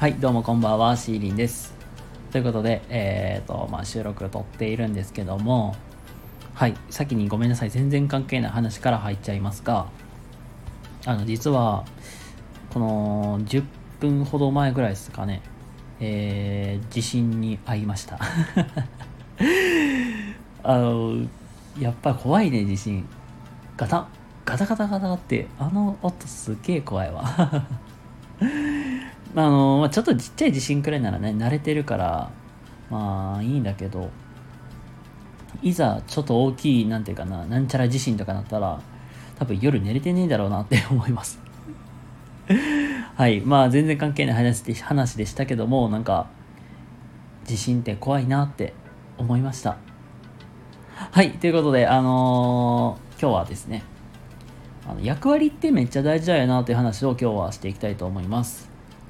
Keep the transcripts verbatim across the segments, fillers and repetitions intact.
はい、どうもこんばんは、シーリンです。ということで、えーと、まあ、収録を撮っているんですけども、はい、先にごめんなさい、全然関係ない話から入っちゃいますが、あの、実は、このじゅっぷんほど前ぐらいですかね、えー、地震に遭いました。あの、やっぱり怖いね、地震。ガタガタガタガタって、あの音すげえ怖いわ。あの、まあ、ちょっとちっちゃい地震くらいならね、慣れてるから、まあいいんだけど、いざちょっと大きい、なんていうかな、なんちゃら地震とかなったら、多分夜寝れてねえだろうなって思います。はい。まあ全然関係ない話で話でしたけども、なんか、地震って怖いなって思いました。はい。ということで、あのー今日はですね、あの役割ってめっちゃ大事だよなという話を今日はしていきたいと思います。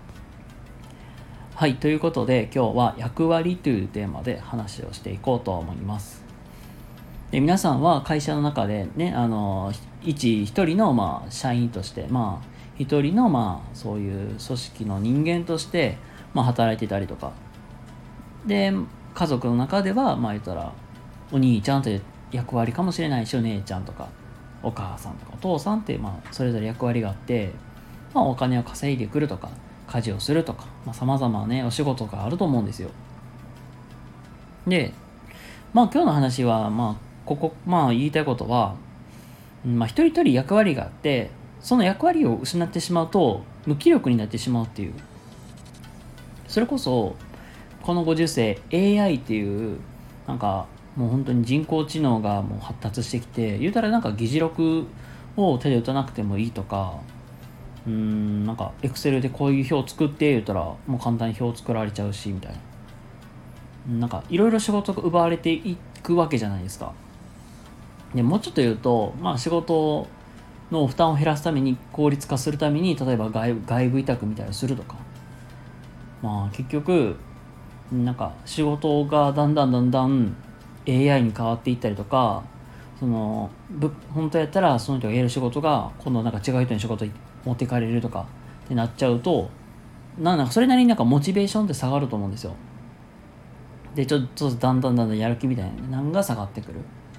はい。ということで、今日は役割というテーマで話をしていこうと思います。で、皆さんは会社の中でね、あの一一人のまあ社員として、まあ一人のまあそういう組織の人間としてまあ働いていたりとか、で家族の中ではまあ言ったらお兄ちゃんという役割かもしれないし、お姉ちゃんとかお母さんとかお父さんってまあそれぞれ役割があって、まあお金を稼いでくるとか家事をするとか、まあ様々ねお仕事があると思うんですよ。で、まあ今日の話はまあここまあ言いたいことは、まあ、一人一人役割があって、その役割を失ってしまうと無気力になってしまうっていう、それこそこのご時世 エーアイ っていうなんかもう本当に人工知能がもう発達してきて、言うたらなんか議事録を手で打たなくてもいいとか、うーんなんか Excel でこういう表作って言ったらもう簡単に表作られちゃうしみたいな、なんかいろいろ仕事が奪われていくわけじゃないですか。でもうちょっと言うと、まあ仕事の負担を減らすために効率化するために、例えば外外部委託みたいにするとか、まあ結局なんか仕事がだんだんだんだん エーアイ に変わっていったりとか、その本当やったらその人がやる仕事が今度なんか違う人に仕事持っていかれるとかってなっちゃうと、なんかそれなりになんかモチベーションって下がると思うんですよ。でちょっとだんだんだんだんやる気みたいなのが下がってくる。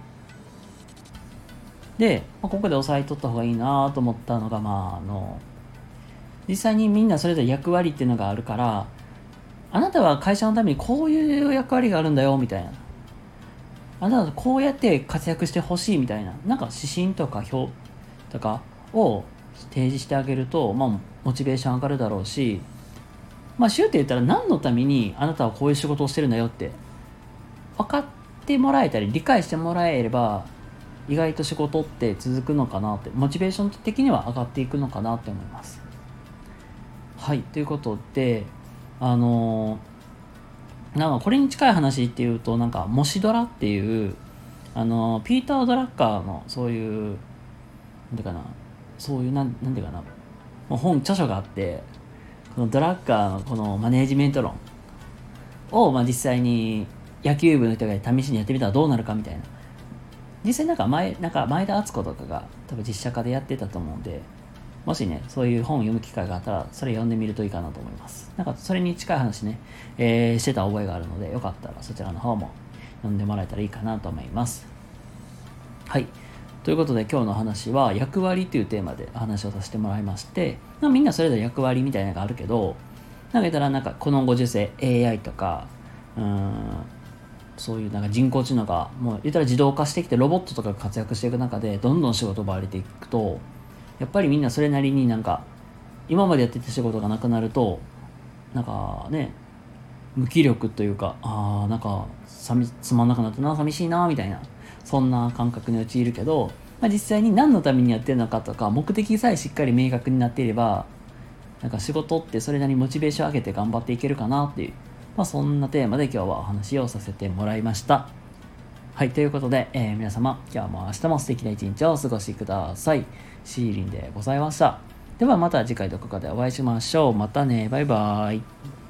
で、まあ、ここで押さえとった方がいいなと思ったのが、まあ、あの実際にみんなそれぞれ役割っていうのがあるから、あなたは会社のためにこういう役割があるんだよみたいな、あなたはこうやって活躍してほしいみたいな、なんか指針とか表とかを提示してあげると、まあ、モチベーション上がるだろうし、まあシューって言ったら何のためにあなたはこういう仕事をしてるんだよって分かってもらえたり理解してもらえれば、意外と仕事って続くのかなって、モチベーション的には上がっていくのかなって思います。はい、ということで、あのなんかこれに近い話っていうと、なんか模試ドラっていう、あのピーター・ドラッカーのそういうなんていうかな、そういうなんなんていうかな、もう本著書があって、このドラッカーのこのマネージメント論を、まあ、実際に野球部の人が試しにやってみたらどうなるかみたいな、実際なんか前なんか前田敦子とかが多分実写化でやってたと思うんで、もしねそういう本を読む機会があったらそれ読んでみるといいかなと思います。なんかそれに近い話ね、えー、してた覚えがあるので、よかったらそちらの方も読んでもらえたらいいかなと思います。はい、ということで今日の話は役割というテーマで話をさせてもらいまして、まあ、みんなそれぞれ役割みたいなのがあるけど、なんか言ったらなんかこのご時世 エーアイ とかうーんそういうなんか人工知能がもう言ったら自動化してきて、ロボットとかが活躍していく中でどんどん仕事を奪われていくと、やっぱりみんなそれなりになんか今までやってた仕事がなくなると、なんかね無気力というか、あーなんか寂つまんなくなったな、寂しいなみたいな、そんな感覚に陥るけど、まあ、実際に何のためにやってるのかとか目的さえしっかり明確になっていれば、なんか仕事ってそれなりにモチベーション上げて頑張っていけるかなっていう、まあ、そんなテーマで今日はお話をさせてもらいました。はい、ということで、えー、皆様今日も明日も素敵な一日をお過ごしください。シーリンでございました。ではまた次回どこかでお会いしましょう。またね、バイバイ。